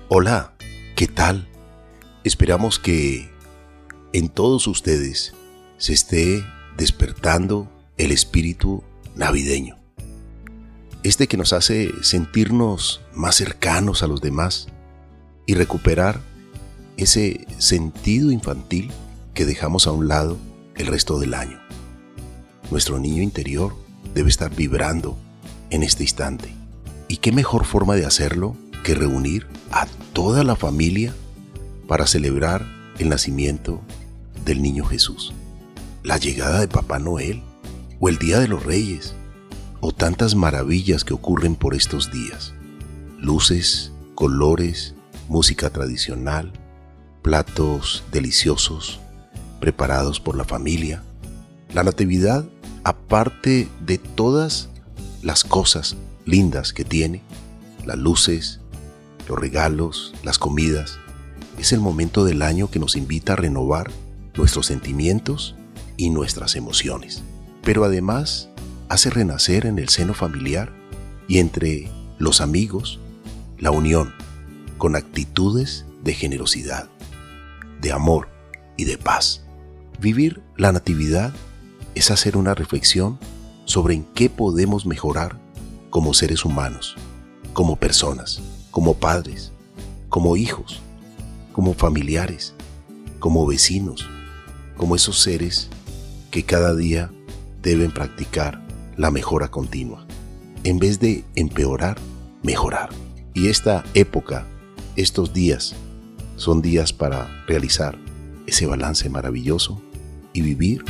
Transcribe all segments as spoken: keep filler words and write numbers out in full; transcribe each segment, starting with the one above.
Hola, ¿qué tal? Esperamos que en todos ustedes se esté despertando el espíritu navideño. Este que nos hace sentirnos más cercanos a los demás y recuperar ese sentido infantil que dejamos a un lado el resto del año. Nuestro niño interior debe estar vibrando en este instante. ¿Y qué mejor forma de hacerlo que reunir a toda la familia para celebrar el nacimiento del niño Jesús? La llegada de Papá Noel, o el Día de los Reyes, o tantas maravillas que ocurren por estos días. Luces, colores, música tradicional, platos deliciosos preparados por la familia. La Natividad, aparte de todas las cosas lindas que tiene, las luces, los regalos, las comidas, es el momento del año que nos invita a renovar nuestros sentimientos y nuestras emociones. Pero además hace renacer en el seno familiar y entre los amigos la unión con actitudes de generosidad, de amor y de paz. Vivir la Natividad es hacer una reflexión sobre en qué podemos mejorar como seres humanos, como personas, como padres, como hijos, como familiares, como vecinos, como esos seres que cada día deben practicar la mejora continua. En vez de empeorar, mejorar. Y esta época, estos días, son días para realizar ese balance maravilloso y vivir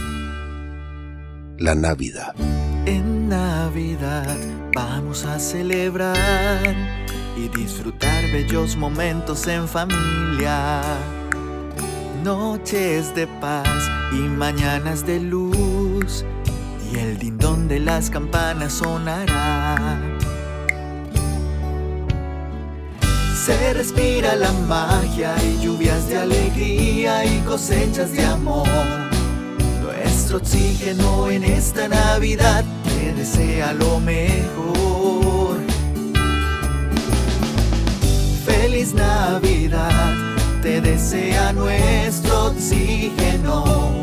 la Navidad. En Navidad vamos a celebrar y disfrutar bellos momentos en familia. Noches de paz y mañanas de luz, y el dindón de las campanas sonará. Se respira la magia y lluvias de alegría y cosechas de amor. Nuestro oxígeno en esta Navidad te desea lo mejor. Feliz Navidad, te desea nuestro oxígeno,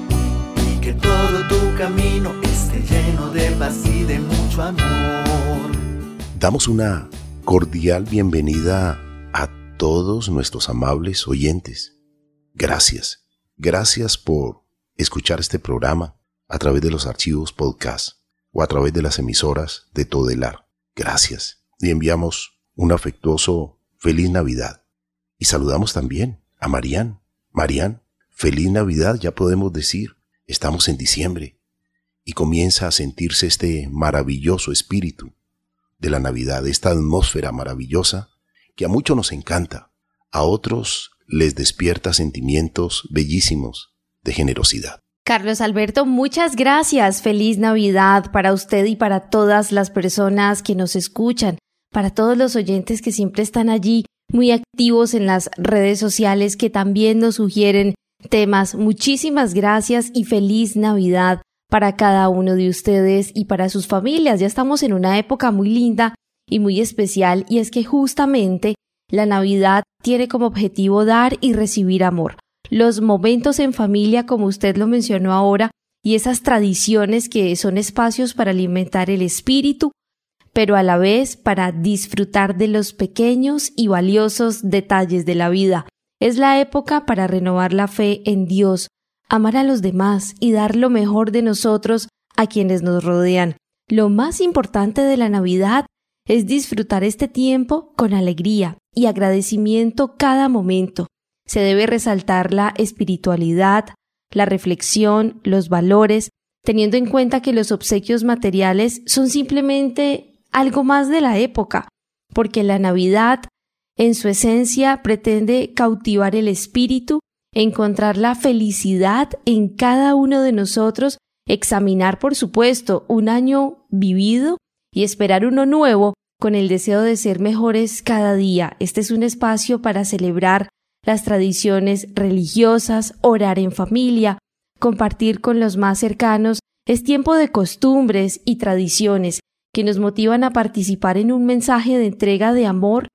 y que todo tu camino esté lleno de paz y de mucho amor. Damos una cordial bienvenida a todos nuestros amables oyentes. Gracias, gracias por escuchar este programa a través de los archivos podcast o a través de las emisoras de Todelar. Gracias y enviamos un afectuoso Feliz Navidad. Y saludamos también a Marian. Marian, Feliz Navidad, ya podemos decir, estamos en diciembre y comienza a sentirse este maravilloso espíritu de la Navidad, esta atmósfera maravillosa que a muchos nos encanta, a otros les despierta sentimientos bellísimos de generosidad. Carlos Alberto, muchas gracias. Feliz Navidad para usted y para todas las personas que nos escuchan, para todos los oyentes que siempre están allí, muy activos en las redes sociales, que también nos sugieren temas. Muchísimas gracias y feliz Navidad para cada uno de ustedes y para sus familias. Ya estamos en una época muy linda y muy especial, y es que justamente la Navidad tiene como objetivo dar y recibir amor. Los momentos en familia, como usted lo mencionó ahora, y esas tradiciones que son espacios para alimentar el espíritu, pero a la vez para disfrutar de los pequeños y valiosos detalles de la vida. Es la época para renovar la fe en Dios, amar a los demás y dar lo mejor de nosotros a quienes nos rodean. Lo más importante de la Navidad es disfrutar este tiempo con alegría y agradecimiento cada momento. Se debe resaltar la espiritualidad, la reflexión, los valores, teniendo en cuenta que los obsequios materiales son simplemente algo más de la época, porque la Navidad, en su esencia, pretende cautivar el espíritu, encontrar la felicidad en cada uno de nosotros, examinar, por supuesto, un año vivido y esperar uno nuevo con el deseo de ser mejores cada día. Este es un espacio para celebrar las tradiciones religiosas, orar en familia, compartir con los más cercanos. Es tiempo de costumbres y tradiciones que nos motivan a participar en un mensaje de entrega de amor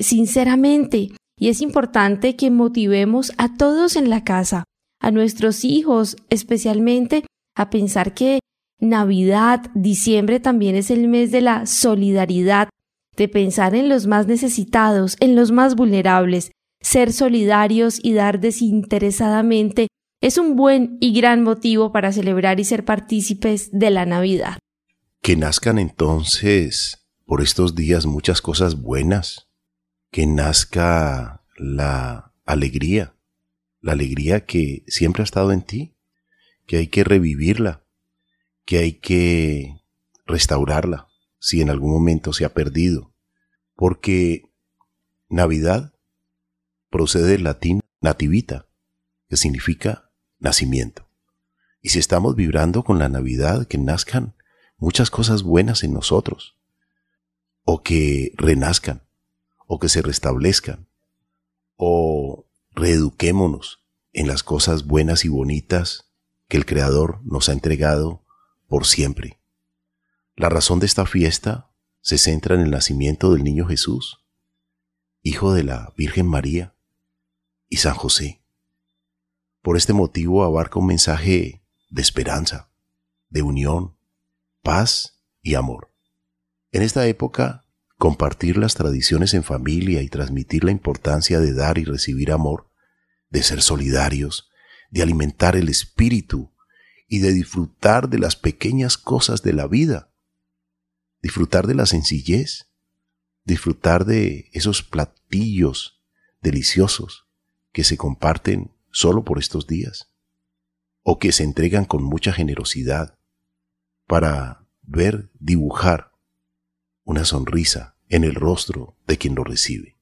sinceramente. Y es importante que motivemos a todos en la casa, a nuestros hijos especialmente, a pensar que Navidad, diciembre también es el mes de la solidaridad, de pensar en los más necesitados, en los más vulnerables. Ser solidarios y dar desinteresadamente es un buen y gran motivo para celebrar y ser partícipes de la Navidad. Que nazcan entonces por estos días muchas cosas buenas, que nazca la alegría, la alegría que siempre ha estado en ti, que hay que revivirla, que hay que restaurarla si en algún momento se ha perdido, porque Navidad procede del latín nativita, que significa nacimiento. Y si estamos vibrando con la Navidad, que nazcan muchas cosas buenas en nosotros, o que renazcan, o que se restablezcan, o reeduquémonos en las cosas buenas y bonitas que el Creador nos ha entregado por siempre. La razón de esta fiesta se centra en el nacimiento del niño Jesús, hijo de la Virgen María y San José. Por este motivo abarca un mensaje de esperanza, de unión, paz y amor. En esta época, compartir las tradiciones en familia y transmitir la importancia de dar y recibir amor, de ser solidarios, de alimentar el espíritu y de disfrutar de las pequeñas cosas de la vida, disfrutar de la sencillez, disfrutar de esos platillos deliciosos que se comparten solo por estos días o que se entregan con mucha generosidad para ver dibujar una sonrisa en el rostro de quien lo recibe.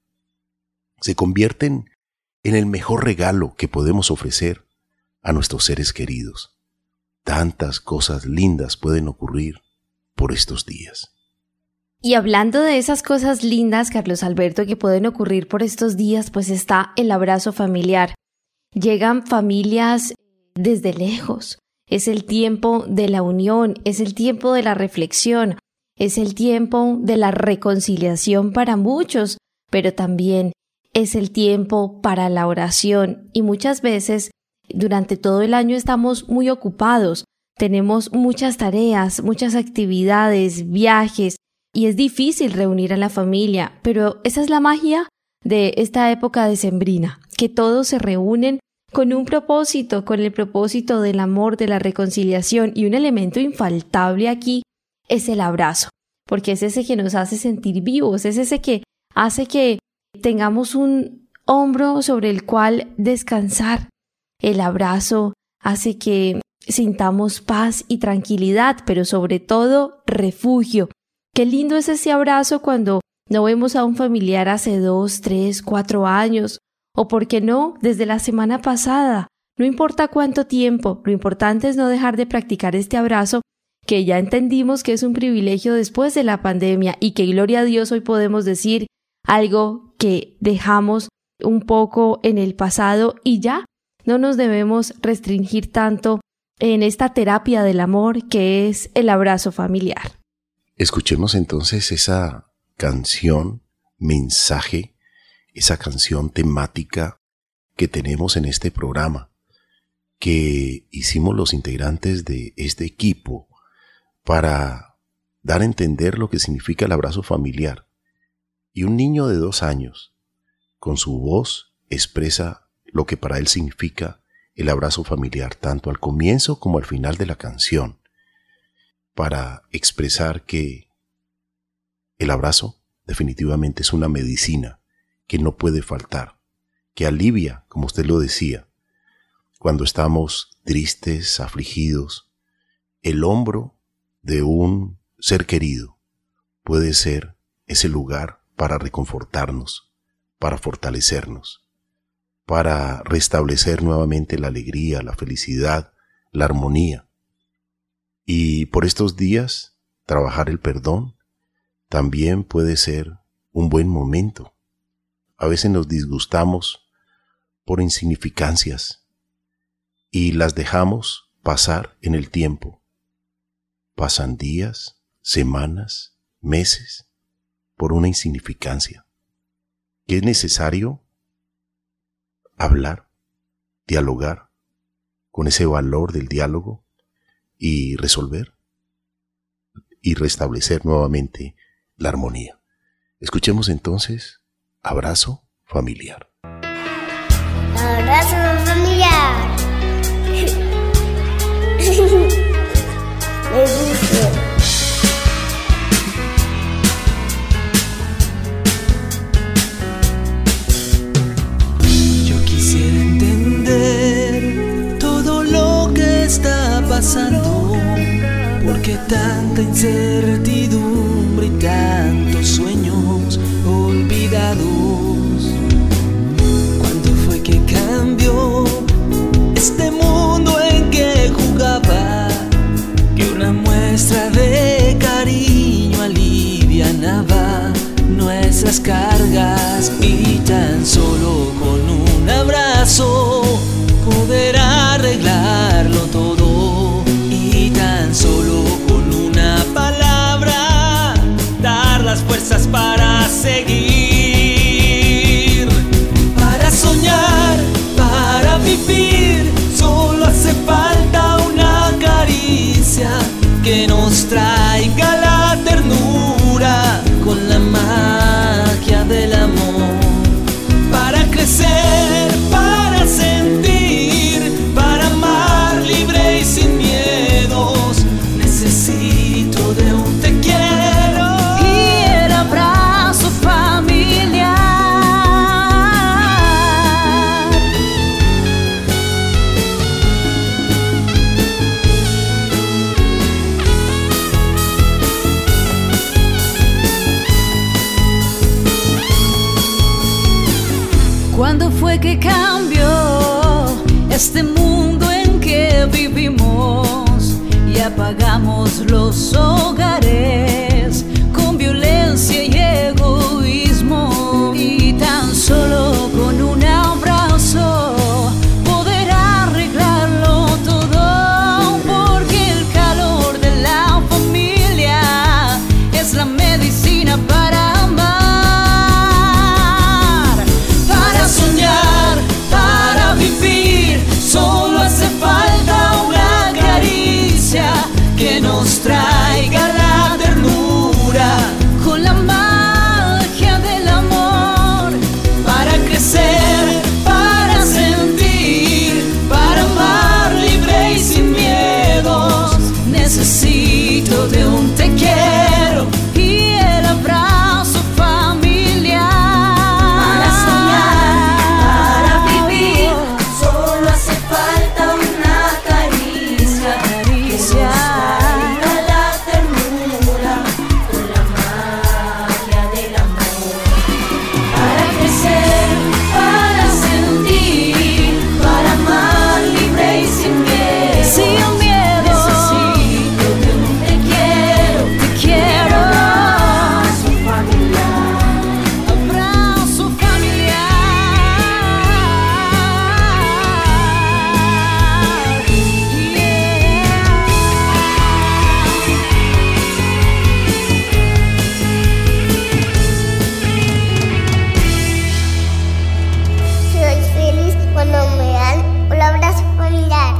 Se convierten en el mejor regalo que podemos ofrecer a nuestros seres queridos. Tantas cosas lindas pueden ocurrir por estos días. Y hablando de esas cosas lindas, Carlos Alberto, que pueden ocurrir por estos días, pues está el abrazo familiar. Llegan familias desde lejos. Es el tiempo de la unión, es el tiempo de la reflexión, es el tiempo de la reconciliación para muchos, pero también es el tiempo para la oración. Y muchas veces, durante todo el año estamos muy ocupados, tenemos muchas tareas, muchas actividades, viajes, y es difícil reunir a la familia, pero esa es la magia de esta época decembrina, que todos se reúnen con un propósito, con el propósito del amor, de la reconciliación, y un elemento infaltable aquí es el abrazo, porque es ese que nos hace sentir vivos, es ese que hace que tengamos un hombro sobre el cual descansar. El abrazo hace que sintamos paz y tranquilidad, pero sobre todo refugio. Qué lindo es ese abrazo cuando no vemos a un familiar hace dos, tres, cuatro años, o por qué no, desde la semana pasada. No importa cuánto tiempo, lo importante es no dejar de practicar este abrazo, que ya entendimos que es un privilegio después de la pandemia y que gloria a Dios hoy podemos decir algo que dejamos un poco en el pasado y ya no nos debemos restringir tanto en esta terapia del amor que es el abrazo familiar. Escuchemos entonces esa canción, mensaje, esa canción temática que tenemos en este programa, que hicimos los integrantes de este equipo para dar a entender lo que significa el abrazo familiar. Y un niño de dos años, con su voz, expresa lo que para él significa el abrazo familiar, tanto al comienzo como al final de la canción, para expresar que el abrazo definitivamente es una medicina que no puede faltar, que alivia, como usted lo decía, cuando estamos tristes, afligidos. El hombro de un ser querido puede ser ese lugar para reconfortarnos, para fortalecernos, para restablecer nuevamente la alegría, la felicidad, la armonía. Y por estos días, trabajar el perdón también puede ser un buen momento. A veces nos disgustamos por insignificancias y las dejamos pasar en el tiempo. Pasan días, semanas, meses por una insignificancia. que es necesario hablar, dialogar con ese valor del diálogo y resolver y restablecer nuevamente la armonía. Escuchemos entonces Abrazo Familiar. Abrazo familiar. Me gusta. Yo quisiera entender todo lo que está pasando, porque tanta incertidumbre y tantos sueños olvidados. ¿Cuándo fue que cambió este mundo en que jugaba? Que una muestra de cariño alivianaba nuestras cargas, y tan solo con un abrazo poder arreglarlo todo, y tan solo con una palabra dar las fuerzas para seguir, para soñar, para vivir. Solo hace falta una caricia que nos traiga la ternura con la magia del amor, para crecer, para sentir, para amar libre y sin miedos. Necesito de un te quiero y el abrazo familiar. ¿Cuándo fue que cambió este mundo en que vivimos y apagamos los hogares con violencia y egoísmo? Y tan solo con un abrazo poder arreglarlo todo, porque el calor de la familia es la medicina para solo hace falta una caricia que nos traiga la ternura con la magia del amor, para crecer, para sentir, para amar libre y sin miedos. Necesito de un te quiero y el abrazo familiar, para soñar, para vivir. Solo hace falta una caricia, caricia, que nos traiga la ternura con la magia del amor, para crecer, para sentir, para amar libre y sin miedo. Sin miedo. Necesito de un te quiero, te quiero. Abrazo familiar, abrazo familiar. Soy feliz cuando me dan un abrazo familiar.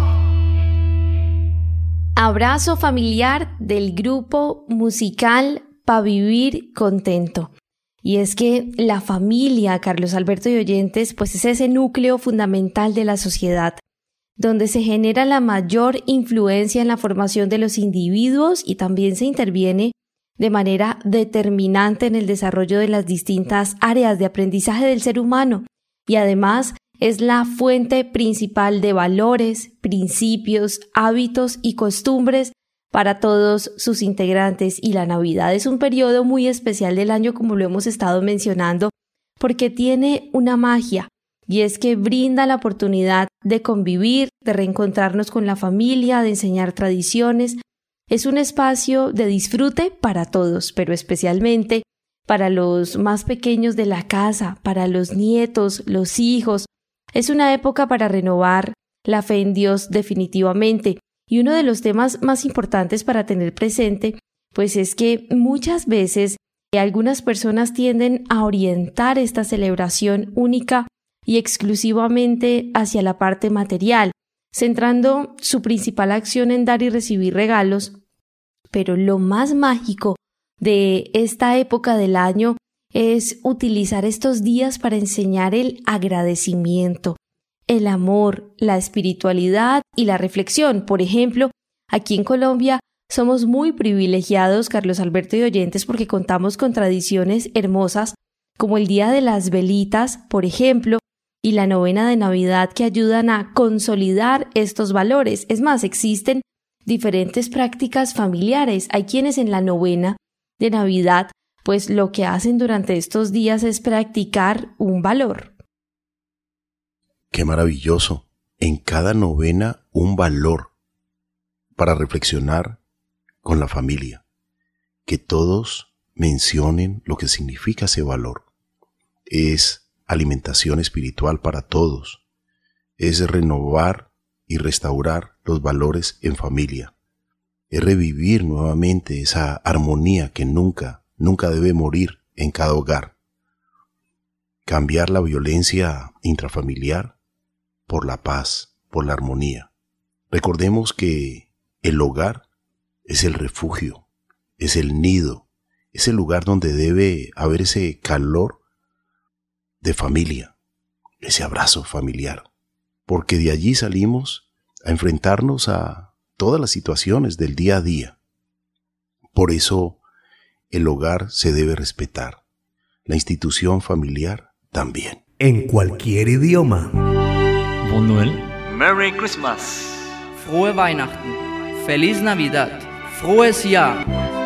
Abrazo familiar del grupo musical Pa' Vivir Contento. Y es que la familia, Carlos Alberto y oyentes, pues es ese núcleo fundamental de la sociedad, donde se genera la mayor influencia en la formación de los individuos y también se interviene de manera determinante en el desarrollo de las distintas áreas de aprendizaje del ser humano, y además es la fuente principal de valores, principios, hábitos y costumbres para todos sus integrantes. Y la Navidad es un periodo muy especial del año, como lo hemos estado mencionando, porque tiene una magia, y es que brinda la oportunidad de convivir, de reencontrarnos con la familia, de enseñar tradiciones. Es un espacio de disfrute para todos, pero especialmente para los más pequeños de la casa, para los nietos, los hijos. Es una época para renovar la fe en Dios definitivamente. Y uno de los temas más importantes para tener presente, pues es que muchas veces Algunas personas tienden a orientar esta celebración única y exclusivamente hacia la parte material, centrando su principal acción en dar y recibir regalos, pero lo más mágico de esta época del año es utilizar estos días para enseñar el agradecimiento, el amor, la espiritualidad y la reflexión. Por ejemplo, aquí en Colombia somos muy privilegiados, Carlos Alberto y oyentes, porque contamos con tradiciones hermosas como el Día de las Velitas, por ejemplo, y la novena de Navidad, que ayudan a consolidar estos valores. Es más, existen diferentes prácticas familiares. Hay quienes en la novena de Navidad, pues lo que hacen durante estos días es practicar un valor. ¡Qué maravilloso! En cada novena un valor para reflexionar con la familia. Que todos mencionen lo que significa ese valor. Es alimentación espiritual para todos. Es renovar y restaurar los valores en familia. Es revivir nuevamente esa armonía que nunca, nunca debe morir en cada hogar. Cambiar la violencia intrafamiliar por la paz, por la armonía. Recordemos que el hogar es el refugio, es el nido, es el lugar donde debe haber ese calor de familia, ese abrazo familiar, porque de allí salimos a enfrentarnos a todas las situaciones del día a día. Por eso el hogar se debe respetar, la institución familiar también. En cualquier idioma. Bon Noël. Merry Christmas. Frohe Weihnachten. Feliz Navidad. Frohes Jahr.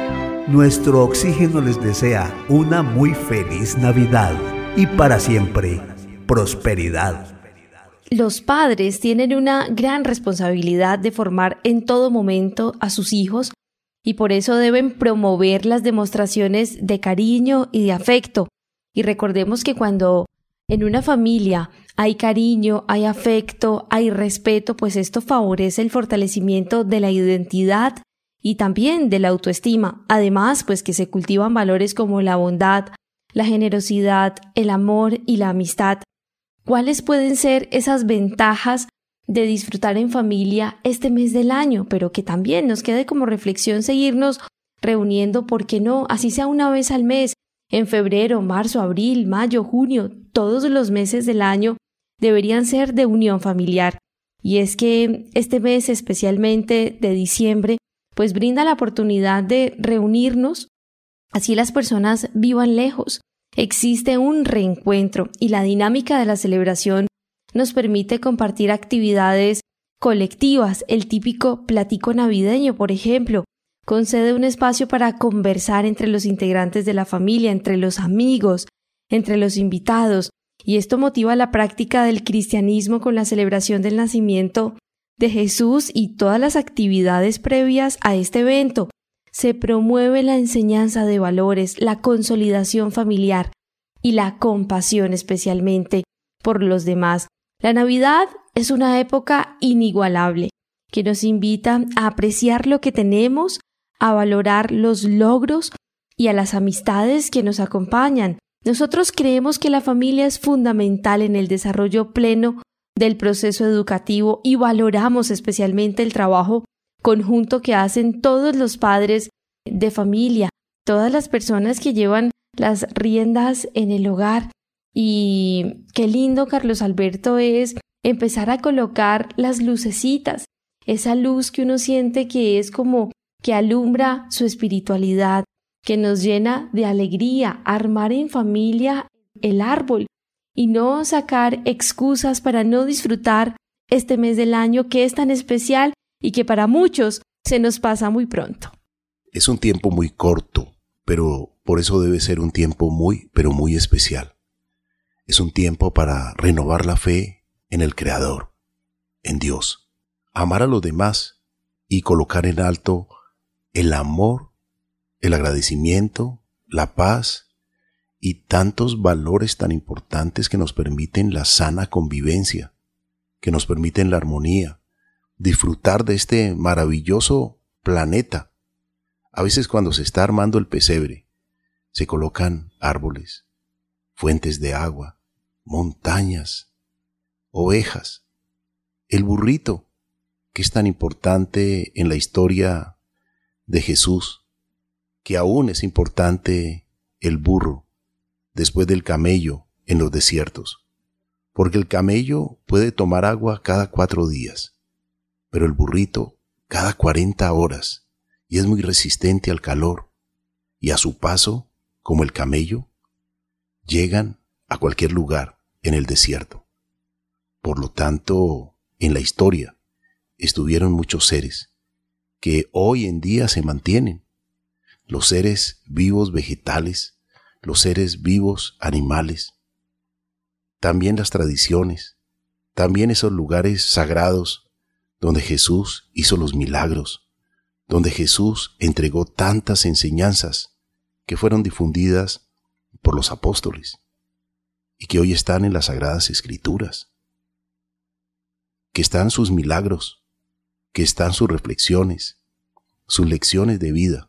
Nuestro oxígeno les desea una muy feliz Navidad y para siempre prosperidad. Los padres tienen una gran responsabilidad de formar en todo momento a sus hijos y por eso deben promover las demostraciones de cariño y de afecto. Y recordemos que cuando en una familia hay cariño, hay afecto, hay respeto, pues esto favorece el fortalecimiento de la identidad y también de la autoestima. Además, pues que se cultivan valores como la bondad, la generosidad, el amor y la amistad. ¿Cuáles pueden ser esas ventajas de disfrutar en familia este mes del año? Pero que también nos quede como reflexión seguirnos reuniendo, ¿por qué no? Así sea una vez al mes, en febrero, marzo, abril, mayo, junio, todos los meses del año deberían ser de unión familiar. Y es que este mes, especialmente de diciembre, pues brinda la oportunidad de reunirnos, así las personas vivan lejos. Existe un reencuentro y la dinámica de la celebración nos permite compartir actividades colectivas. El típico platico navideño, por ejemplo, concede un espacio para conversar entre los integrantes de la familia, entre los amigos, entre los invitados, y esto motiva la práctica del cristianismo con la celebración del nacimiento de Jesús y todas las actividades previas a este evento. Se promueve la enseñanza de valores, la consolidación familiar y la compasión especialmente por los demás. La Navidad es una época inigualable que nos invita a apreciar lo que tenemos, a valorar los logros y a las amistades que nos acompañan. Nosotros creemos que la familia es fundamental en el desarrollo pleno del proceso educativo y valoramos especialmente el trabajo conjunto que hacen todos los padres de familia, todas las personas que llevan las riendas en el hogar. Y qué lindo, Carlos Alberto, es empezar a colocar las lucecitas, esa luz que uno siente que es como que alumbra su espiritualidad, que nos llena de alegría, armar en familia el árbol y no sacar excusas para no disfrutar este mes del año que es tan especial y que para muchos se nos pasa muy pronto. Es un tiempo muy corto, pero por eso debe ser un tiempo muy, pero muy especial. Es un tiempo para renovar la fe en el Creador, en Dios, amar a los demás y colocar en alto el amor, el agradecimiento, la paz y tantos valores tan importantes que nos permiten la sana convivencia, que nos permiten la armonía, disfrutar de este maravilloso planeta. A veces cuando se está armando el pesebre, se colocan árboles, fuentes de agua, montañas, ovejas, el burrito, que es tan importante en la historia de Jesús, que aún es importante el burro después del camello en los desiertos, porque el camello puede tomar agua cada cuatro días, pero el burrito cada cuarenta horas, y es muy resistente al calor, y a su paso, como el camello, llegan a cualquier lugar en el desierto. Por lo tanto, en la historia estuvieron muchos seres que hoy en día se mantienen, los seres vivos vegetales, los seres vivos animales, también las tradiciones, también esos lugares sagrados donde Jesús hizo los milagros, donde Jesús entregó tantas enseñanzas que fueron difundidas por los apóstoles y que hoy están en las Sagradas Escrituras, que están sus milagros, que están sus reflexiones, sus lecciones de vida,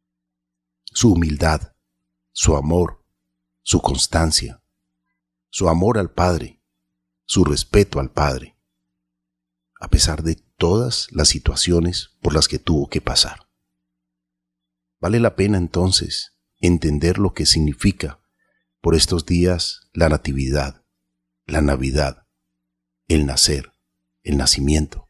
su humildad, su amor, su constancia, su amor al Padre, su respeto al Padre, a pesar de todas las situaciones por las que tuvo que pasar. Vale la pena entonces entender lo que significa por estos días la natividad, la Navidad, el nacer, el nacimiento.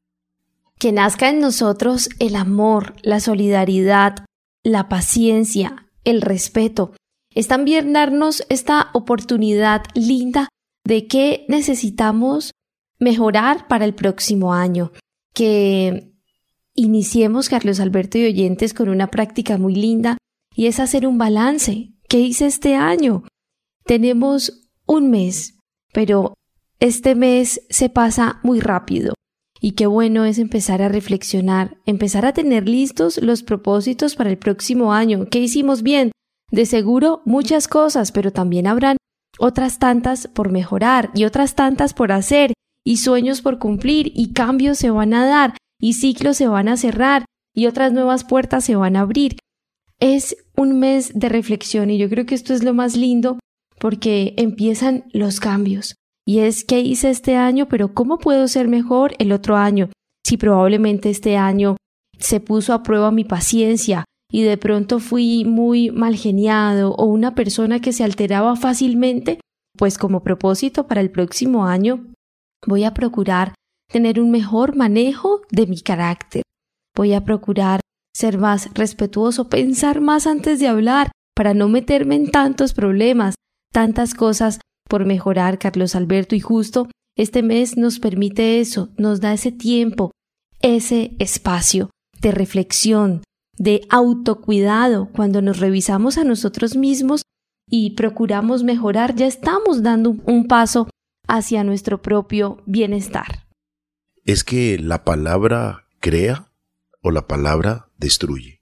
Que nazca en nosotros el amor, la solidaridad, la paciencia, el respeto. Es también darnos esta oportunidad linda de que necesitamos mejorar para el próximo año. Que iniciemos, Carlos Alberto y oyentes, con una práctica muy linda y es hacer un balance. ¿Qué hice este año? Tenemos un mes, pero este mes se pasa muy rápido. Y qué bueno es empezar a reflexionar, empezar a tener listos los propósitos para el próximo año. ¿Qué hicimos bien? De seguro muchas cosas, pero también habrán otras tantas por mejorar y otras tantas por hacer, y sueños por cumplir, y cambios se van a dar, y ciclos se van a cerrar, y otras nuevas puertas se van a abrir. Es un mes de reflexión y yo creo que esto es lo más lindo porque empiezan los cambios. Y es ¿qué hice este año? Pero ¿cómo puedo ser mejor el otro año? Si probablemente este año se puso a prueba mi paciencia y de pronto fui muy mal geniado o una persona que se alteraba fácilmente, pues como propósito para el próximo año voy a procurar tener un mejor manejo de mi carácter. Voy a procurar ser más respetuoso, pensar más antes de hablar para no meterme en tantos problemas, tantas cosas por mejorar, Carlos Alberto, y justo este mes nos permite eso, nos da ese tiempo, ese espacio de reflexión, de autocuidado. Cuando nos revisamos a nosotros mismos y procuramos mejorar, ya estamos dando un paso hacia nuestro propio bienestar. Es que la palabra crea o la palabra destruye.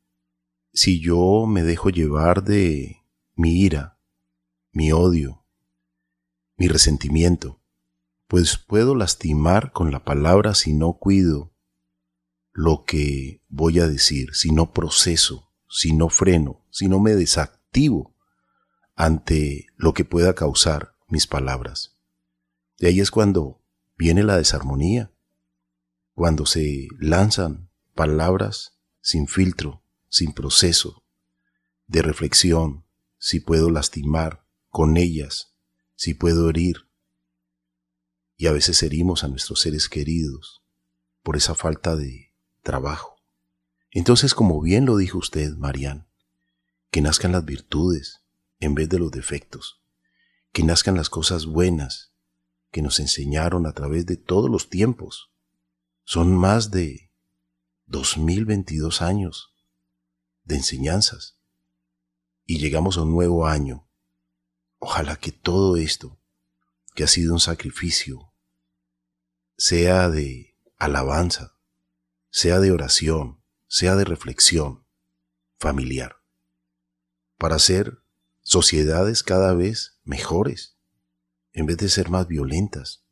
Si yo me dejo llevar de mi ira, mi odio, mi resentimiento, pues puedo lastimar con la palabra si no cuido lo que voy a decir, si no proceso, si no freno, si no me desactivo ante lo que pueda causar mis palabras. De ahí es cuando viene la desarmonía, cuando se lanzan palabras sin filtro, sin proceso de reflexión, si puedo lastimar con ellas, si puedo herir. Y a veces herimos a nuestros seres queridos por esa falta de trabajo. Entonces, como bien lo dijo usted, Marian, que nazcan las virtudes en vez de los defectos, que nazcan las cosas buenas que nos enseñaron a través de todos los tiempos. Son más de dos mil veintidós años de enseñanzas y llegamos a un nuevo año. Ojalá que todo esto, que ha sido un sacrificio, sea de alabanza, sea de oración, sea de reflexión familiar, para hacer sociedades cada vez mejores, en vez de ser más violentas,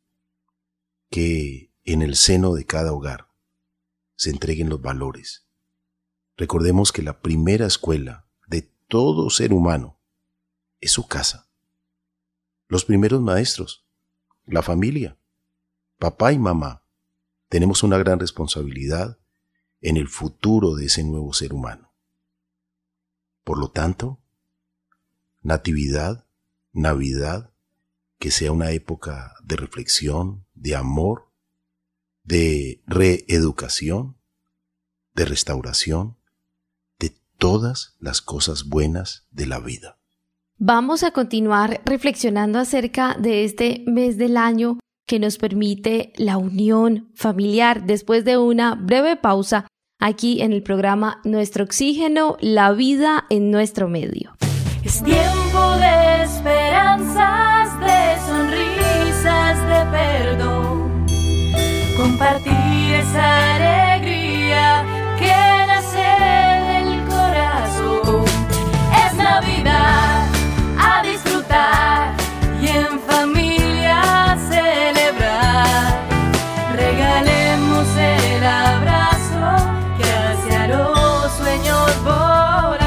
que en el seno de cada hogar se entreguen los valores. Recordemos que la primera escuela de todo ser humano es su casa. Los primeros maestros, la familia, papá y mamá, tenemos una gran responsabilidad en el futuro de ese nuevo ser humano. Por lo tanto, Natividad, Navidad, que sea una época de reflexión, de amor, de reeducación, de restauración, de todas las cosas buenas de la vida. Vamos a continuar reflexionando acerca de este mes del año que nos permite la unión familiar después de una breve pausa aquí en el programa Nuestro Oxígeno, la vida en nuestro medio. Es tiempo de esperanzas, de sonrisas, de perdón. Compartir esa alegría que nace del corazón. Es Navidad, a disfrutar y en familia celebrar. Regalemos el abrazo que hacia los sueños volar.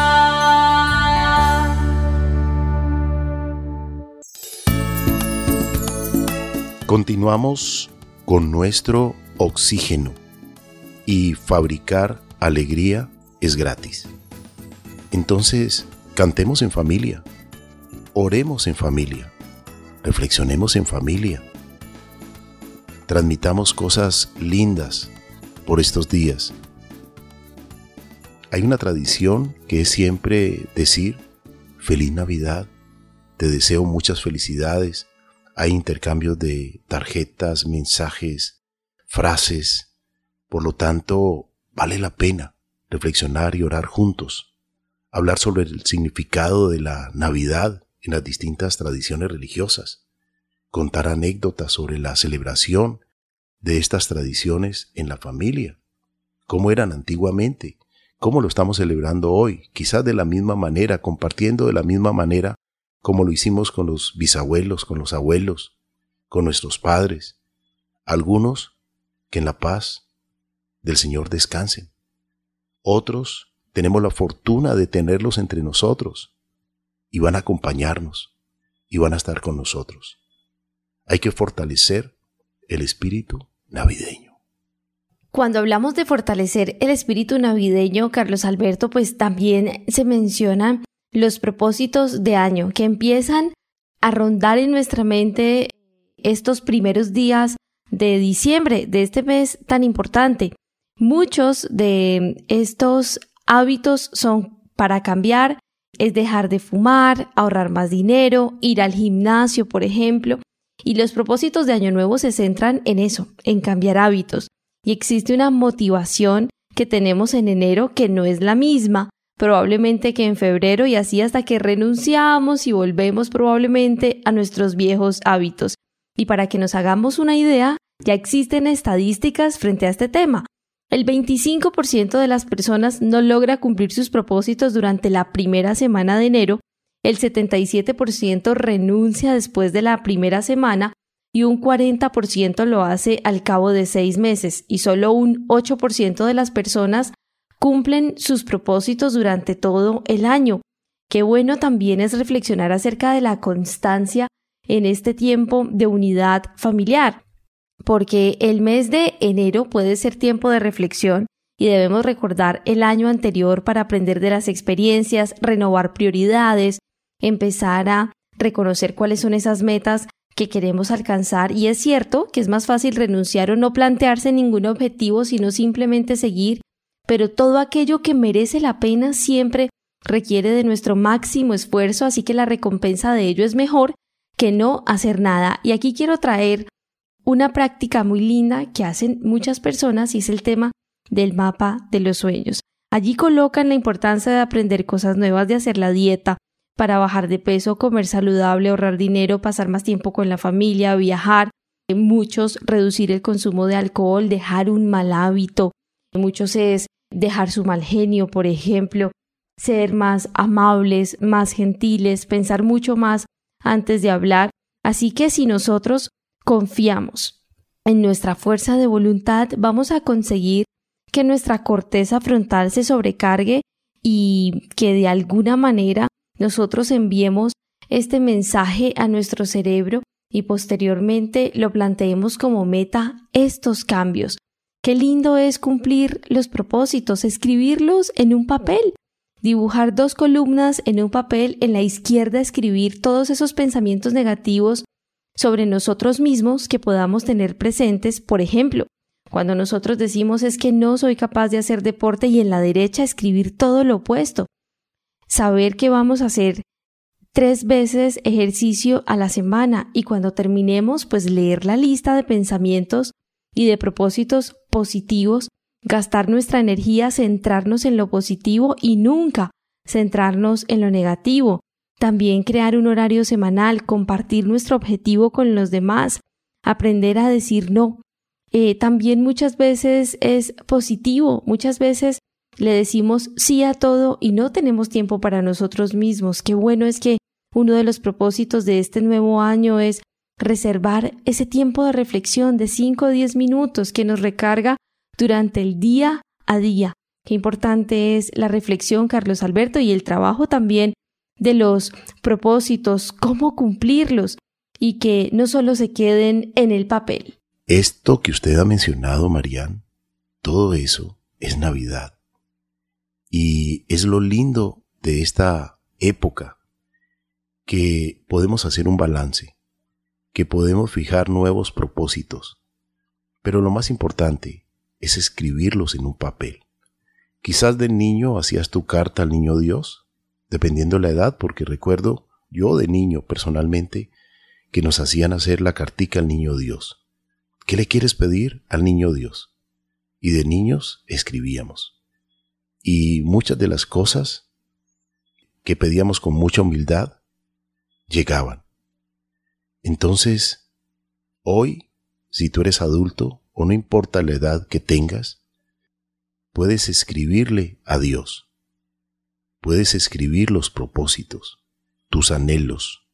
Continuamos con nuestro oxígeno y fabricar alegría es gratis. Entonces, cantemos en familia, oremos en familia, reflexionemos en familia, transmitamos cosas lindas por estos días. Hay una tradición que es siempre decir Feliz Navidad, te deseo muchas felicidades. Hay intercambios de tarjetas, mensajes, frases. Por lo tanto, vale la pena reflexionar y orar juntos, hablar sobre el significado de la Navidad en las distintas tradiciones religiosas, contar anécdotas sobre la celebración de estas tradiciones en la familia, cómo eran antiguamente, cómo lo estamos celebrando hoy, quizás de la misma manera, compartiendo de la misma manera como lo hicimos con los bisabuelos, con los abuelos, con nuestros padres, algunos que en la paz del Señor descansen, otros tenemos la fortuna de tenerlos entre nosotros y van a acompañarnos y van a estar con nosotros. Hay que fortalecer el espíritu navideño. Cuando hablamos de fortalecer el espíritu navideño, Carlos Alberto, pues también se mencionan los propósitos de año que empiezan a rondar en nuestra mente estos primeros días de diciembre, de este mes tan importante. Muchos de estos hábitos son para cambiar, es dejar de fumar, ahorrar más dinero, ir al gimnasio, por ejemplo. Y los propósitos de Año Nuevo se centran en eso, en cambiar hábitos. Y existe una motivación que tenemos en enero que no es la misma, probablemente que en febrero, y así hasta que renunciamos y volvemos probablemente a nuestros viejos hábitos. Y para que nos hagamos una idea, ya existen estadísticas frente a este tema. El veinticinco por ciento de las personas no logra cumplir sus propósitos durante la primera semana de enero, el setenta y siete por ciento renuncia después de la primera semana y un cuarenta por ciento lo hace al cabo de seis meses, y solo un ocho por ciento de las personas cumplen sus propósitos durante todo el año. Qué bueno también es reflexionar acerca de la constancia en este tiempo de unidad familiar, porque el mes de enero puede ser tiempo de reflexión y debemos recordar el año anterior para aprender de las experiencias, renovar prioridades, empezar a reconocer cuáles son esas metas que queremos alcanzar. Y es cierto que es más fácil renunciar o no plantearse ningún objetivo, sino simplemente seguir, pero todo aquello que merece la pena siempre requiere de nuestro máximo esfuerzo, así que la recompensa de ello es mejor que no hacer nada. Y aquí quiero traer una práctica muy linda que hacen muchas personas y es el tema del mapa de los sueños. Allí colocan la importancia de aprender cosas nuevas, de hacer la dieta para bajar de peso, comer saludable, ahorrar dinero, pasar más tiempo con la familia, viajar. Muchos reducir el consumo de alcohol, dejar un mal hábito. Muchos es dejar su mal genio, por ejemplo, ser más amables, más gentiles, pensar mucho más antes de hablar. Así que si nosotros confiamos en nuestra fuerza de voluntad, vamos a conseguir que nuestra corteza frontal se sobrecargue y que de alguna manera nosotros enviemos este mensaje a nuestro cerebro y posteriormente lo planteemos como meta estos cambios. Qué lindo es cumplir los propósitos, escribirlos en un papel, dibujar dos columnas en un papel, en la izquierda escribir todos esos pensamientos negativos sobre nosotros mismos que podamos tener presentes. Por ejemplo, cuando nosotros decimos es que no soy capaz de hacer deporte, y en la derecha escribir todo lo opuesto. Saber que vamos a hacer tres veces ejercicio a la semana y cuando terminemos, pues leer la lista de pensamientos y de propósitos positivos, gastar nuestra energía, centrarnos en lo positivo y nunca centrarnos en lo negativo. También crear un horario semanal, compartir nuestro objetivo con los demás, aprender a decir no. Eh, también muchas veces es positivo, muchas veces le decimos sí a todo y no tenemos tiempo para nosotros mismos. Qué bueno es que uno de los propósitos de este nuevo año es reservar ese tiempo de reflexión de cinco o diez minutos que nos recarga durante el día a día. Qué importante es la reflexión, Carlos Alberto, y el trabajo también de los propósitos, cómo cumplirlos y que no solo se queden en el papel. Esto que usted ha mencionado, Marian, todo eso es Navidad. Y es lo lindo de esta época, que podemos hacer un balance, que podemos fijar nuevos propósitos, pero lo más importante es escribirlos en un papel. Quizás de niño hacías tu carta al niño Dios, dependiendo de la edad, porque recuerdo yo de niño personalmente que nos hacían hacer la cartica al niño Dios. ¿Qué le quieres pedir al niño Dios? Y de niños escribíamos. Y muchas de las cosas que pedíamos con mucha humildad llegaban. Entonces, hoy, si tú eres adulto o no importa la edad que tengas, puedes escribirle a Dios. Puedes escribir los propósitos, tus anhelos,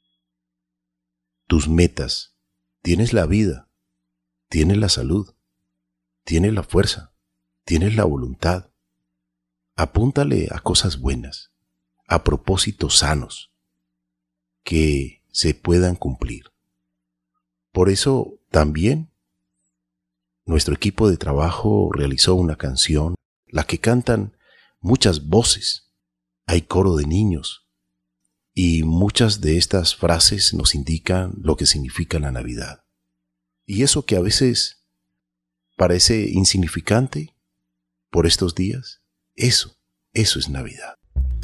tus metas. Tienes la vida, tienes la salud, tienes la fuerza, tienes la voluntad. Apúntale a cosas buenas, a propósitos sanos, que se puedan cumplir. Por eso también nuestro equipo de trabajo realizó una canción, la que cantan muchas voces. Hay coro de niños y muchas de estas frases nos indican lo que significa la Navidad. Y eso que a veces parece insignificante por estos días, eso, eso es Navidad.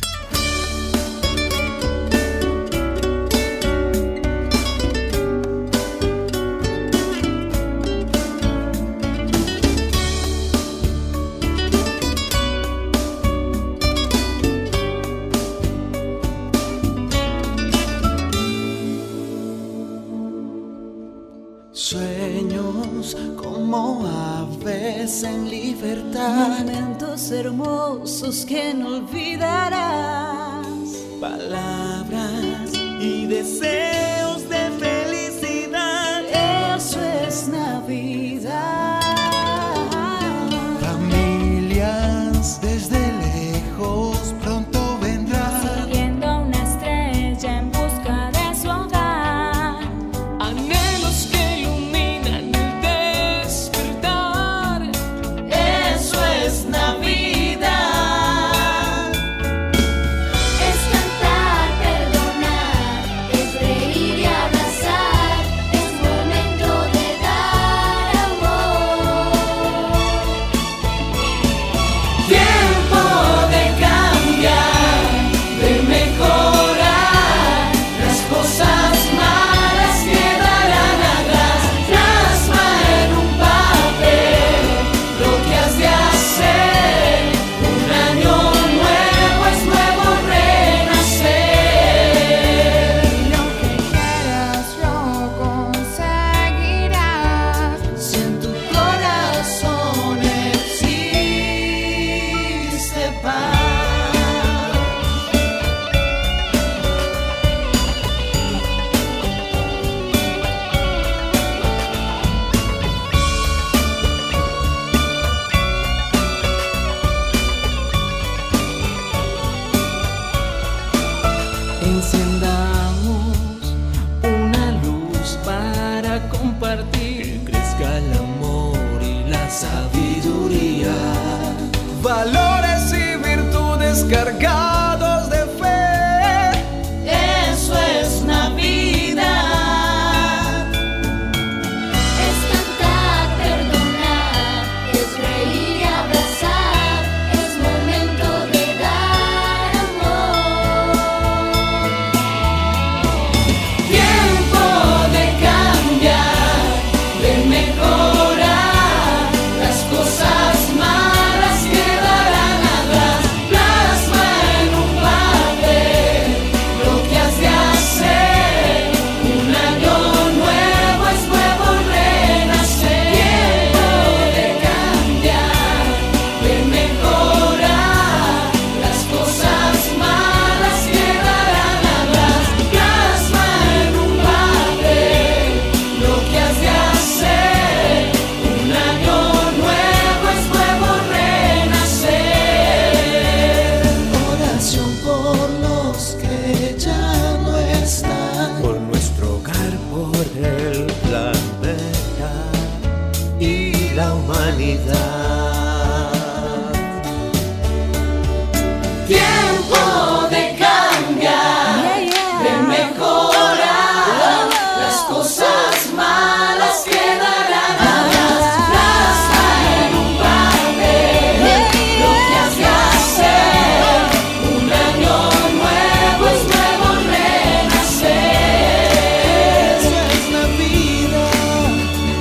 Sueños como aves en libertad, momentos hermosos que no olvidarás, palabras y deseos de felicidad. Eso es Navidad. Familias desde lejos pronto vendrán, siguiendo a una estrella en busca de su hogar. anhelos que iluminan el despertar. Eso es Navidad. Es cantar, perdonar, es reír. Encendamos una luz para compartir, que crezca el amor y la sabiduría, valores y virtudes cargados de fe. Eso es Navidad. Es cantar, perdonar, es reír y abrazar, es momento de dar amor. Tiempo de cambiar, de mejorar, las cosas malas quedarán atrás. Plasma en un papel lo que has de hacer. Un año nuevo es nuevo renacer. Tiempo de cambiar, de mejorar, las cosas malas quedarán atrás. Plasma en un papel lo que has de hacer. Un año nuevo es nuevo renacer. Oración por los que ya no están, por nuestro hogar, por el planeta y la humanidad. Tiempo de cambiar, de mejorar, las cosas malas quedarán atrás. Plasma en un papel lo que has de hacer. Un año nuevo es nuevo renacer. Eso es Navidad.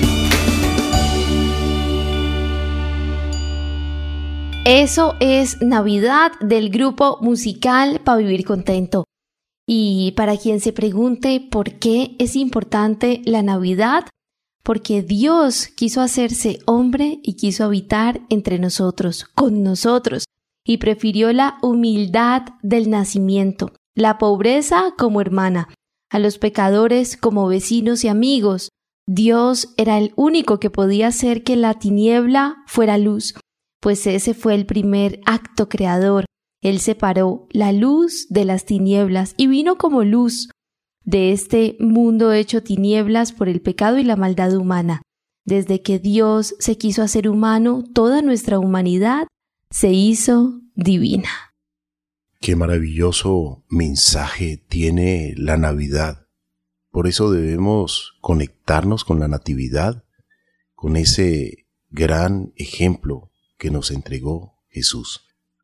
Eso es Navidad del grupo musical Pa' Vivir Contento. Y para quien se pregunte por qué es importante la Navidad, porque Dios quiso hacerse hombre y quiso habitar entre nosotros, con nosotros, y prefirió la humildad del nacimiento, la pobreza como hermana, a los pecadores como vecinos y amigos. Dios era el único que podía hacer que la tiniebla fuera luz, pues ese fue el primer acto creador. Él separó la luz de las tinieblas y vino como luz de este mundo hecho tinieblas por el pecado y la maldad humana. Desde que Dios se quiso hacer humano, toda nuestra humanidad se hizo divina. Qué maravilloso mensaje tiene la Navidad. Por eso debemos conectarnos con la Natividad, con ese gran ejemplo que nos entregó Jesús.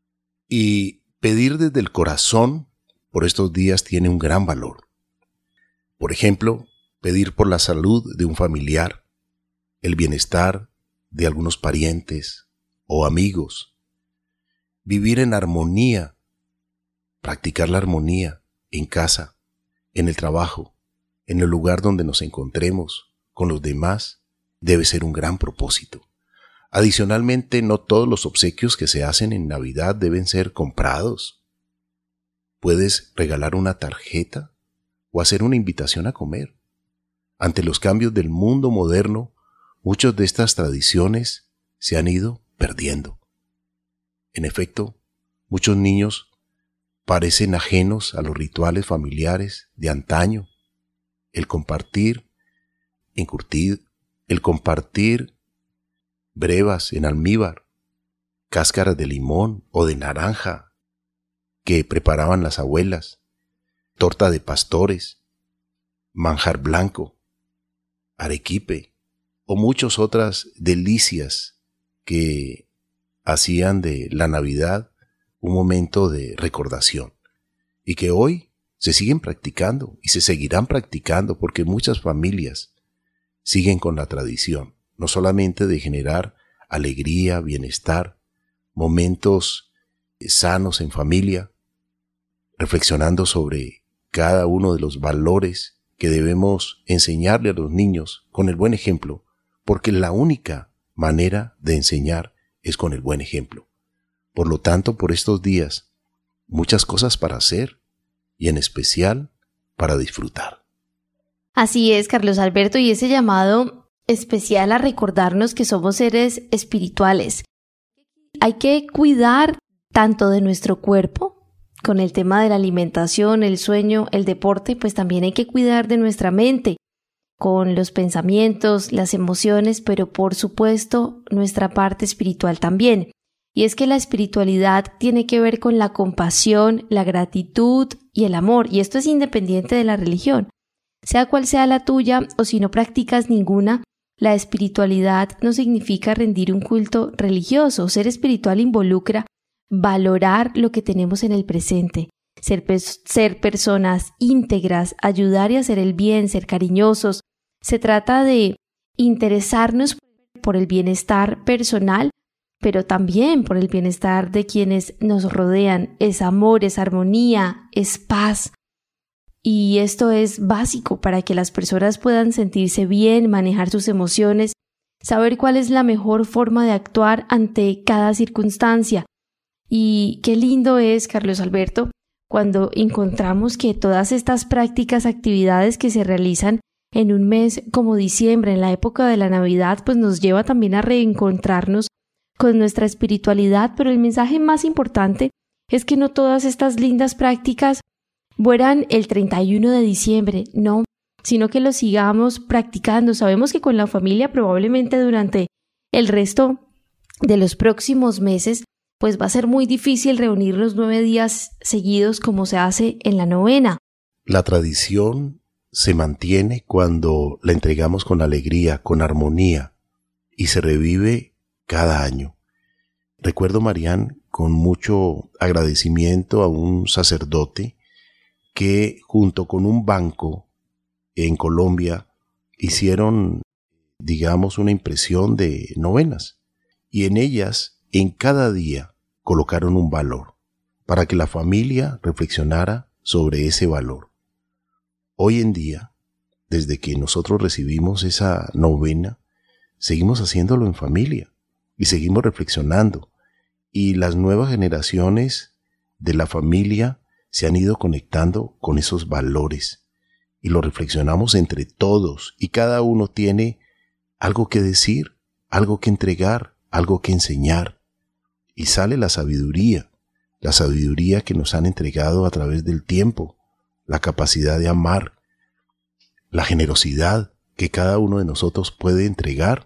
Y pedir desde el corazón por estos días tiene un gran valor. Por ejemplo, pedir por la salud de un familiar, el bienestar de algunos parientes o amigos, vivir en armonía, practicar la armonía en casa, en el trabajo, en el lugar donde nos encontremos con los demás, debe ser un gran propósito. Adicionalmente, no todos los obsequios que se hacen en Navidad deben ser comprados. Puedes regalar una tarjeta o hacer una invitación a comer. Ante los cambios del mundo moderno, muchas de estas tradiciones se han ido perdiendo. En efecto, muchos niños parecen ajenos a los rituales familiares de antaño. El compartir encurtido, el compartir brevas en almíbar, cáscaras de limón o de naranja que preparaban las abuelas, torta de pastores, manjar blanco, arequipe o muchas otras delicias que hacían de la Navidad un momento de recordación y que hoy se siguen practicando y se seguirán practicando porque muchas familias siguen con la tradición, no solamente de generar alegría, bienestar, momentos sanos en familia, reflexionando sobre cada uno de los valores que debemos enseñarle a los niños con el buen ejemplo, porque la única manera de enseñar es con el buen ejemplo. Por lo tanto, por estos días, muchas cosas para hacer y en especial para disfrutar. Así es, Carlos Alberto, y ese llamado especial a recordarnos que somos seres espirituales. Hay que cuidar tanto de nuestro cuerpo con el tema de la alimentación, el sueño, el deporte, pues también hay que cuidar de nuestra mente, con los pensamientos, las emociones, pero por supuesto nuestra parte espiritual también. Y es que la espiritualidad tiene que ver con la compasión, la gratitud y el amor, y esto es independiente de la religión. Sea cual sea la tuya o si no practicas ninguna, la espiritualidad no significa rendir un culto religioso. Ser espiritual involucra valorar lo que tenemos en el presente, ser, pe- ser personas íntegras, ayudar y hacer el bien, ser cariñosos. Se trata de interesarnos por el bienestar personal, pero también por el bienestar de quienes nos rodean. Es amor, es armonía, es paz. Y esto es básico para que las personas puedan sentirse bien, manejar sus emociones, saber cuál es la mejor forma de actuar ante cada circunstancia. Y qué lindo es, Carlos Alberto, cuando encontramos que todas estas prácticas, actividades que se realizan en un mes como diciembre, en la época de la Navidad, pues nos lleva también a reencontrarnos con nuestra espiritualidad, pero el mensaje más importante es que no todas estas lindas prácticas mueran el treinta y uno de diciembre, no, sino que lo sigamos practicando. Sabemos que con la familia probablemente durante el resto de los próximos meses pues va a ser muy difícil reunirnos nueve días seguidos como se hace en la novena. La tradición se mantiene cuando la entregamos con alegría, con armonía, y se revive cada año. Recuerdo, Marián, con mucho agradecimiento a un sacerdote que junto con un banco en Colombia hicieron, digamos, una impresión de novenas, y en ellas, en cada día, colocaron un valor para que la familia reflexionara sobre ese valor. Hoy en día, desde que nosotros recibimos esa novena, seguimos haciéndolo en familia y seguimos reflexionando, y las nuevas generaciones de la familia se han ido conectando con esos valores y lo reflexionamos entre todos, y cada uno tiene algo que decir, algo que entregar, algo que enseñar. Y sale la sabiduría, la sabiduría que nos han entregado a través del tiempo, la capacidad de amar, la generosidad que cada uno de nosotros puede entregar.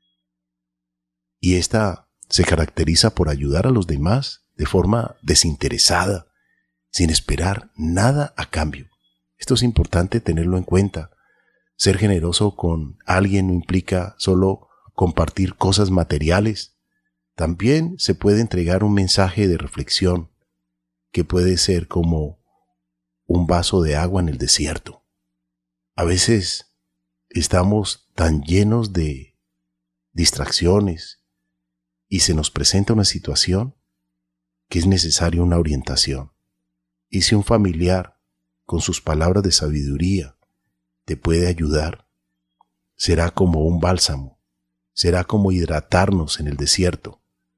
Y esta se caracteriza por ayudar a los demás de forma desinteresada, sin esperar nada a cambio. Esto es importante tenerlo en cuenta. Ser generoso con alguien no implica solo compartir cosas materiales. También se puede entregar un mensaje de reflexión que puede ser como un vaso de agua en el desierto. A veces estamos tan llenos de distracciones y se nos presenta una situación que es necesaria una orientación. Y si un familiar, con sus palabras de sabiduría, te puede ayudar, será como un bálsamo, será como hidratarnos en el desierto.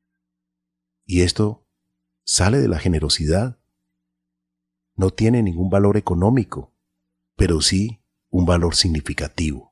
Y esto sale de la generosidad. No tiene ningún valor económico, pero sí un valor significativo.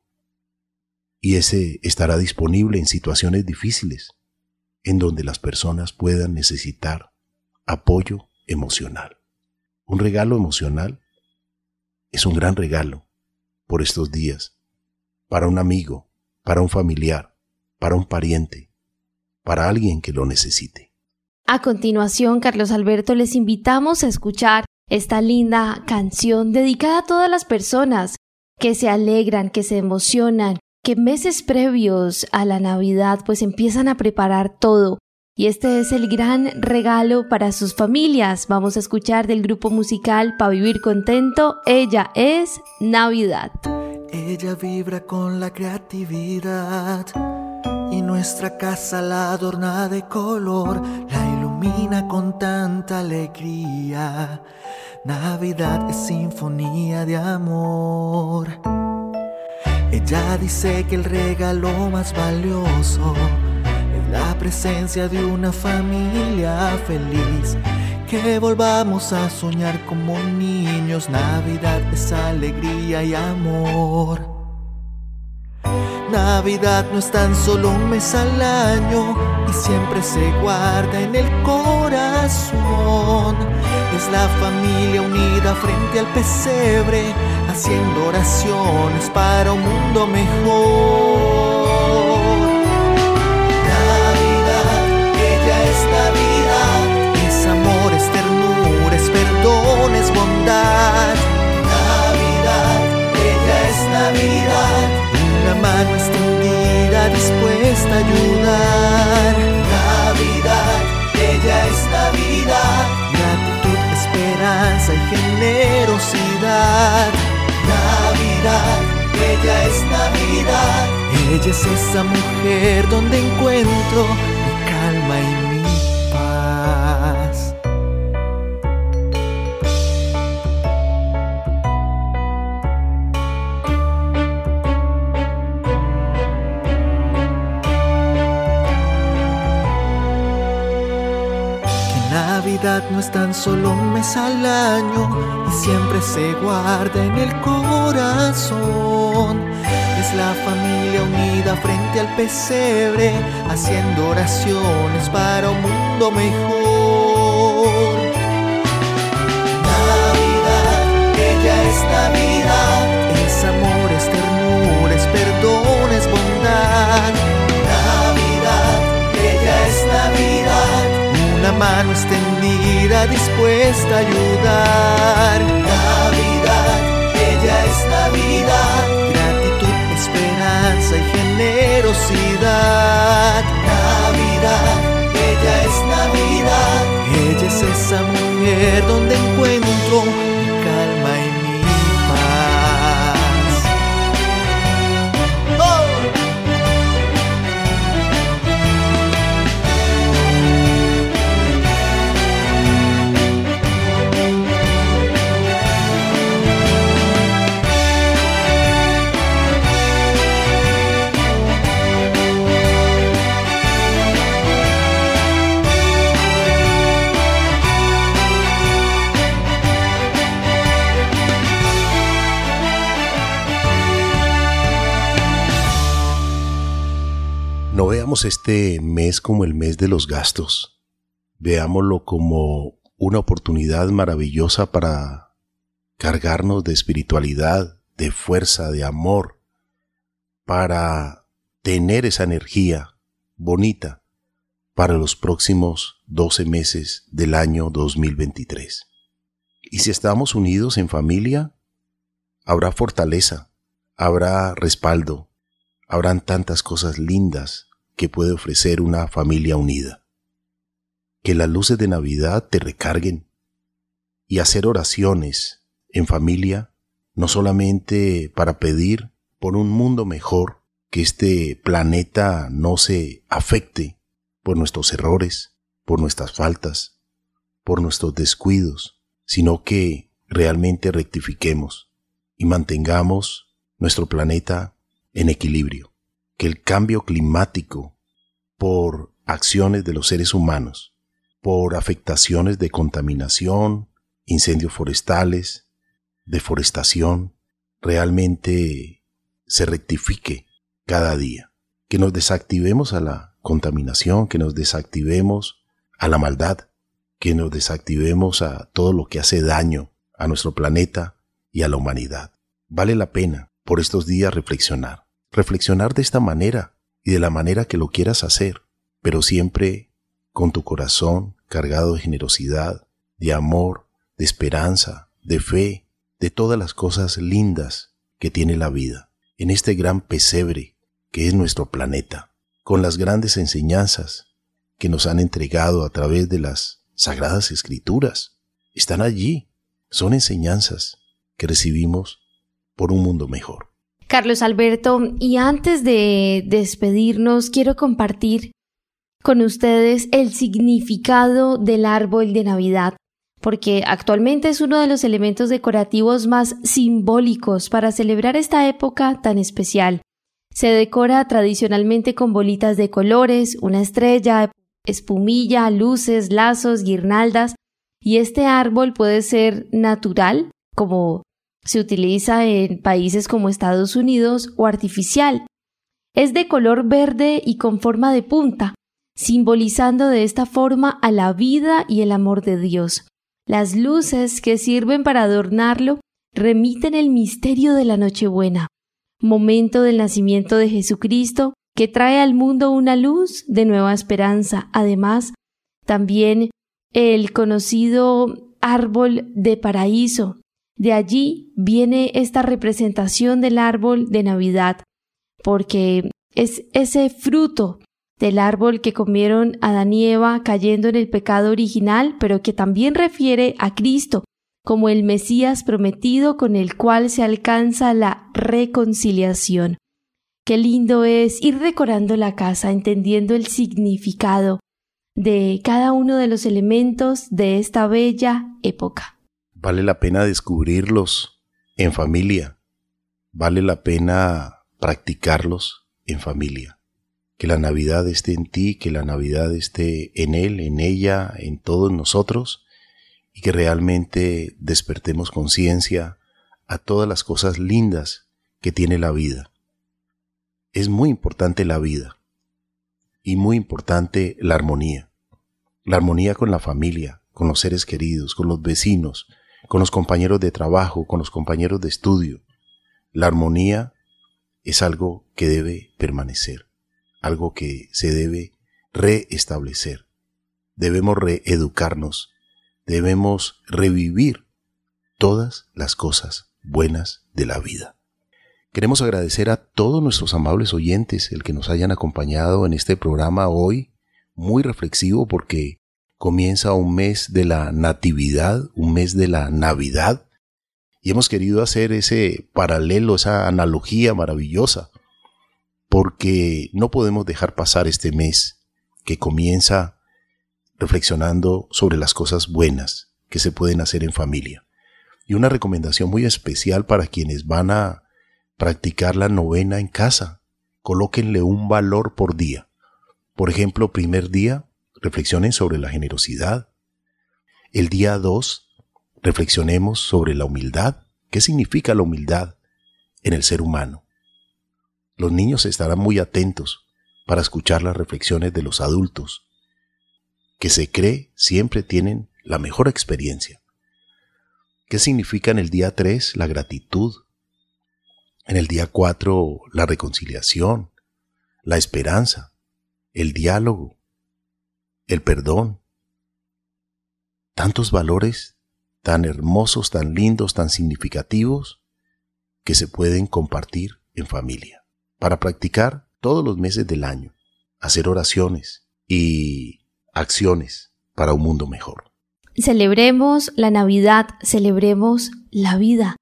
Y ese estará disponible en situaciones difíciles, en donde las personas puedan necesitar apoyo emocional. Un regalo emocional es un gran regalo por estos días, para un amigo, para un familiar, para un pariente, para alguien que lo necesite. A continuación, Carlos Alberto, les invitamos a escuchar esta linda canción dedicada a todas las personas que se alegran, que se emocionan, que meses previos a la Navidad pues empiezan a preparar todo. Y este es el gran regalo para sus familias. Vamos a escuchar del grupo musical Pa' Vivir Contento, Ella es Navidad. Ella vibra con la creatividad y nuestra casa la adorna de color, la ilumina con tanta alegría. Navidad es sinfonía de amor. Ella dice que el regalo más valioso es la presencia de una familia feliz, que volvamos a soñar como niños. Navidad es alegría y amor. Navidad no es tan solo un mes al año y siempre se guarda en el corazón. Es la familia unida frente al pesebre, haciendo oraciones para un mundo mejor. Navidad, ella es Navidad, es amor, es ternura, es perdón, es bondad. Navidad, ella es Navidad, una mano extendida dispuesta a ayudar. Navidad, ella es Navidad, gratitud, esperanza y generosidad. Navidad, ella es Navidad, ella es esa mujer donde encuentro mi calma y mi paz. Navidad no es tan solo un mes al año y siempre se guarda en el corazón. Es la familia unida frente al pesebre, haciendo oraciones para un mundo mejor. Navidad, ella es Navidad, es amor, es ternura, es perdón, es bondad. Navidad, ella es Navidad, una mano extendida dispuesta a ayudar. Navidad, ella es Navidad, gratitud, esperanza y generosidad. Navidad, ella es Navidad, ella es esa mujer donde encuentro mi calma y mi paz. ¡Oh! No veamos este mes como el mes de los gastos. Veámoslo como una oportunidad maravillosa para cargarnos de espiritualidad, de fuerza, de amor, para tener esa energía bonita para los próximos doce meses del año dos mil veintitrés. Y si estamos unidos en familia, habrá fortaleza, habrá respaldo, habrán tantas cosas lindas que puede ofrecer una familia unida. Que las luces de Navidad te recarguen y hacer oraciones en familia, no solamente para pedir por un mundo mejor, que este planeta no se afecte por nuestros errores, por nuestras faltas, por nuestros descuidos, sino que realmente rectifiquemos y mantengamos nuestro planeta en equilibrio, que el cambio climático por acciones de los seres humanos, por afectaciones de contaminación, incendios forestales, deforestación, realmente se rectifique cada día, que nos desactivemos a la contaminación, que nos desactivemos a la maldad, que nos desactivemos a todo lo que hace daño a nuestro planeta y a la humanidad. Vale la pena por estos días reflexionar. Reflexionar de esta manera y de la manera que lo quieras hacer, pero siempre con tu corazón cargado de generosidad, de amor, de esperanza, de fe, de todas las cosas lindas que tiene la vida, en este gran pesebre que es nuestro planeta, con las grandes enseñanzas que nos han entregado a través de las Sagradas Escrituras. Están allí, son enseñanzas que recibimos por un mundo mejor. Carlos Alberto, y antes de despedirnos, quiero compartir con ustedes el significado del árbol de Navidad, porque actualmente es uno de los elementos decorativos más simbólicos para celebrar esta época tan especial. Se decora tradicionalmente con bolitas de colores, una estrella, espumilla, luces, lazos, guirnaldas, y este árbol puede ser natural, como se utiliza en países como Estados Unidos, o artificial. Es de color verde y con forma de punta, simbolizando de esta forma a la vida y el amor de Dios. Las luces que sirven para adornarlo remiten el misterio de la Nochebuena, momento del nacimiento de Jesucristo que trae al mundo una luz de nueva esperanza. Además, también el conocido árbol de paraíso. De allí viene esta representación del árbol de Navidad, porque es ese fruto del árbol que comieron Adán y Eva cayendo en el pecado original, pero que también refiere a Cristo como el Mesías prometido con el cual se alcanza la reconciliación. Qué lindo es ir decorando la casa, entendiendo el significado de cada uno de los elementos de esta bella época. Vale la pena descubrirlos en familia, vale la pena practicarlos en familia. Que la Navidad esté en ti, que la Navidad esté en él, en ella, en todos nosotros, y que realmente despertemos conciencia a todas las cosas lindas que tiene la vida. Es muy importante la vida y muy importante la armonía. La armonía con la familia, con los seres queridos, con los vecinos, con los compañeros de trabajo, con los compañeros de estudio. La armonía es algo que debe permanecer, algo que se debe reestablecer. Debemos reeducarnos, debemos revivir todas las cosas buenas de la vida. Queremos agradecer a todos nuestros amables oyentes el que nos hayan acompañado en este programa hoy, muy reflexivo porque comienza un mes de la Natividad, un mes de la Navidad, y hemos querido hacer ese paralelo, esa analogía maravillosa, porque no podemos dejar pasar este mes que comienza reflexionando sobre las cosas buenas que se pueden hacer en familia. Y una recomendación muy especial para quienes van a practicar la novena en casa. Colóquenle un valor por día. Por ejemplo, primer día, reflexionen sobre la generosidad. El día dos, reflexionemos sobre la humildad. ¿Qué significa la humildad en el ser humano? Los niños estarán muy atentos para escuchar las reflexiones de los adultos, que se cree siempre tienen la mejor experiencia. ¿Qué significa en el día tres la gratitud? En el día cuatro la reconciliación, la esperanza, el diálogo, el perdón. Tantos valores tan hermosos, tan lindos, tan significativos que se pueden compartir en familia. Para practicar todos los meses del año, hacer oraciones y acciones para un mundo mejor. Celebremos la Navidad, celebremos la vida,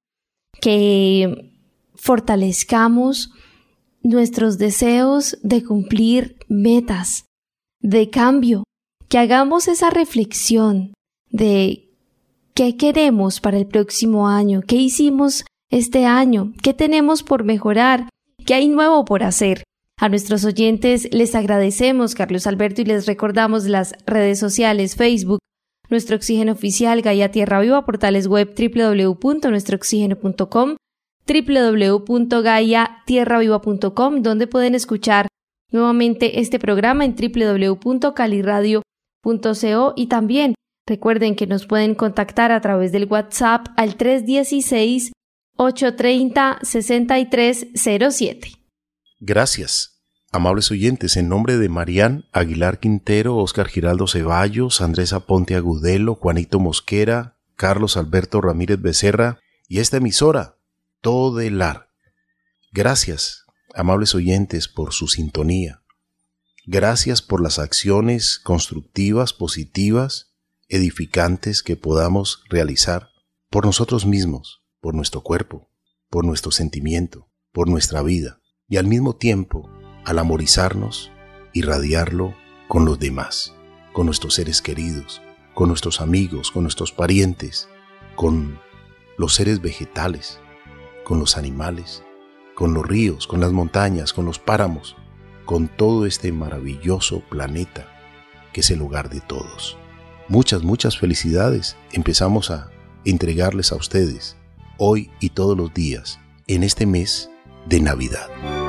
que fortalezcamos nuestros deseos de cumplir metas, de cambio, que hagamos esa reflexión de qué queremos para el próximo año, qué hicimos este año, qué tenemos por mejorar, qué hay nuevo por hacer. A nuestros oyentes les agradecemos, Carlos Alberto, y les recordamos las redes sociales, Facebook, Nuestro Oxígeno Oficial, Gaia Tierra Viva, portales web doble u doble u doble u punto nuestro oxígeno punto com, doble u doble u doble u punto gaia tierra viva punto com, donde pueden escuchar nuevamente este programa en doble u doble u doble u punto cali radio punto co, y también recuerden que nos pueden contactar a través del WhatsApp al tres uno seis, ocho tres cero, seis tres cero siete. Gracias, amables oyentes, en nombre de Marián Aguilar Quintero, Óscar Giraldo Ceballos, Andrés Aponte Agudelo, Juanito Mosquera, Carlos Alberto Ramírez Becerra y esta emisora, Todelar. Gracias, amables oyentes, por su sintonía. Gracias por las acciones constructivas, positivas, edificantes que podamos realizar por nosotros mismos, por nuestro cuerpo, por nuestro sentimiento, por nuestra vida. Y al mismo tiempo, al amorizarnos, irradiarlo con los demás, con nuestros seres queridos, con nuestros amigos, con nuestros parientes, con los seres vegetales, con los animales, con los ríos, con las montañas, con los páramos, con todo este maravilloso planeta que es el hogar de todos. Muchas, muchas felicidades. Empezamos a entregarles a ustedes hoy y todos los días en este mes de Navidad.